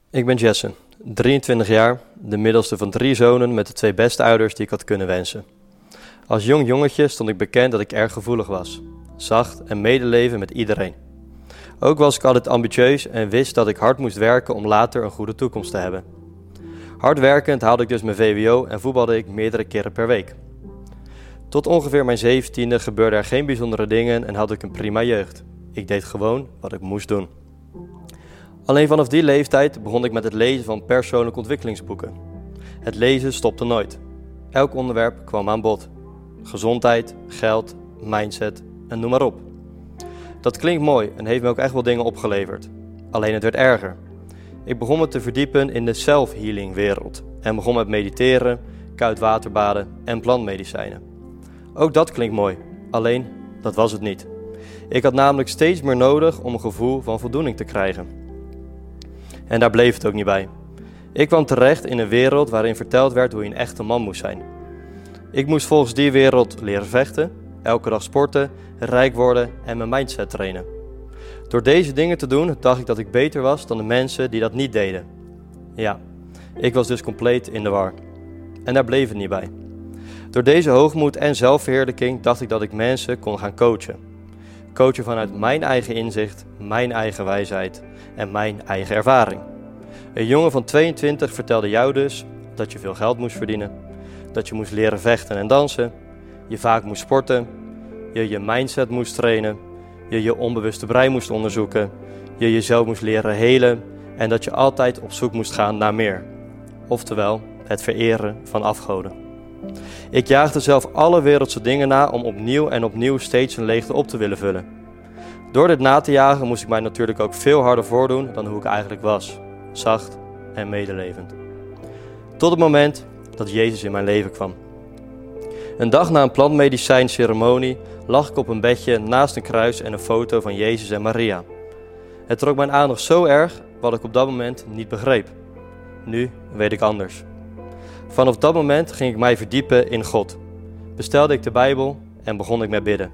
Ik ben Jesse, 23 jaar, de middelste van 3 zonen met de 2 beste ouders die ik had kunnen wensen. Als jong jongetje stond ik bekend dat ik erg gevoelig was, zacht en medeleven met iedereen. Ook was ik altijd ambitieus en wist dat ik hard moest werken om later een goede toekomst te hebben. Hard werkend haalde ik dus mijn VWO en voetbalde ik meerdere keren per week. Tot ongeveer mijn 17e gebeurden er geen bijzondere dingen en had ik een prima jeugd. Ik deed gewoon wat ik moest doen. Alleen vanaf die leeftijd begon ik met het lezen van persoonlijke ontwikkelingsboeken. Het lezen stopte nooit. Elk onderwerp kwam aan bod. Gezondheid, geld, mindset en noem maar op. Dat klinkt mooi en heeft me ook echt wel dingen opgeleverd. Alleen het werd erger. Ik begon me te verdiepen in de self-healing wereld en begon met mediteren, koudwaterbaden en plantmedicijnen. Ook dat klinkt mooi, alleen dat was het niet. Ik had namelijk steeds meer nodig om een gevoel van voldoening te krijgen. En daar bleef het ook niet bij. Ik kwam terecht in een wereld waarin verteld werd hoe je een echte man moest zijn. Ik moest volgens die wereld leren vechten, elke dag sporten, rijk worden en mijn mindset trainen. Door deze dingen te doen dacht ik dat ik beter was dan de mensen die dat niet deden. Ja, ik was dus compleet in de war. En daar bleef het niet bij. Door deze hoogmoed en zelfverheerlijking dacht ik dat ik mensen kon gaan coachen. Coachen vanuit mijn eigen inzicht, mijn eigen wijsheid en mijn eigen ervaring. Een jongen van 22 vertelde jou dus dat je veel geld moest verdienen, dat je moest leren vechten en dansen, je vaak moest sporten, je mindset moest trainen, je onbewuste brein moest onderzoeken, je jezelf moest leren helen en dat je altijd op zoek moest gaan naar meer. Oftewel, het vereren van afgoden. Ik jaagde zelf alle wereldse dingen na om opnieuw en opnieuw steeds een leegte op te willen vullen. Door dit na te jagen moest ik mij natuurlijk ook veel harder voordoen dan hoe ik eigenlijk was. Zacht en medelevend. Tot het moment dat Jezus in mijn leven kwam. Een dag na een plantmedicijnceremonie lag ik op een bedje naast een kruis en een foto van Jezus en Maria. Het trok mijn aandacht zo erg wat ik op dat moment niet begreep. Nu weet ik anders. Vanaf dat moment ging ik mij verdiepen in God. Bestelde ik de Bijbel en begon ik met bidden.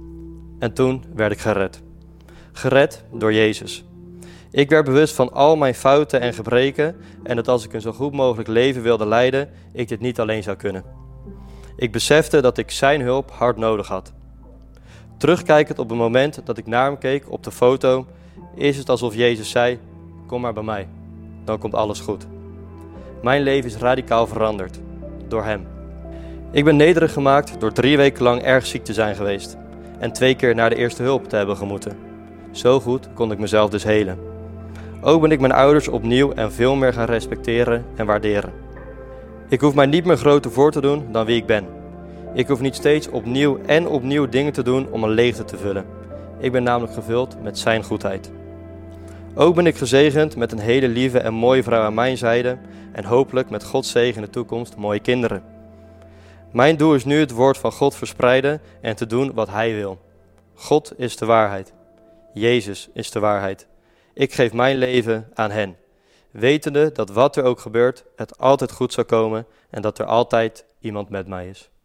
En toen werd ik gered. Gered door Jezus. Ik werd bewust van al mijn fouten en gebreken en dat als ik een zo goed mogelijk leven wilde leiden, ik dit niet alleen zou kunnen. Ik besefte dat ik zijn hulp hard nodig had. Terugkijkend op het moment dat ik naar hem keek op de foto, is het alsof Jezus zei, kom maar bij mij, dan komt alles goed. Mijn leven is radicaal veranderd, door hem. Ik ben nederig gemaakt door 3 weken lang erg ziek te zijn geweest en 2 keer naar de eerste hulp te hebben gemoeten. Zo goed kon ik mezelf dus helen. Ook ben ik mijn ouders opnieuw en veel meer gaan respecteren en waarderen. Ik hoef mij niet meer groter voor te doen dan wie ik ben. Ik hoef niet steeds opnieuw en opnieuw dingen te doen om een leegte te vullen. Ik ben namelijk gevuld met zijn goedheid. Ook ben ik gezegend met een hele lieve en mooie vrouw aan mijn zijde en hopelijk met Gods zegen in de toekomst mooie kinderen. Mijn doel is nu het woord van God verspreiden en te doen wat hij wil. God is de waarheid. Jezus is de waarheid. Ik geef mijn leven aan hen, wetende dat wat er ook gebeurt, het altijd goed zal komen en dat er altijd iemand met mij is.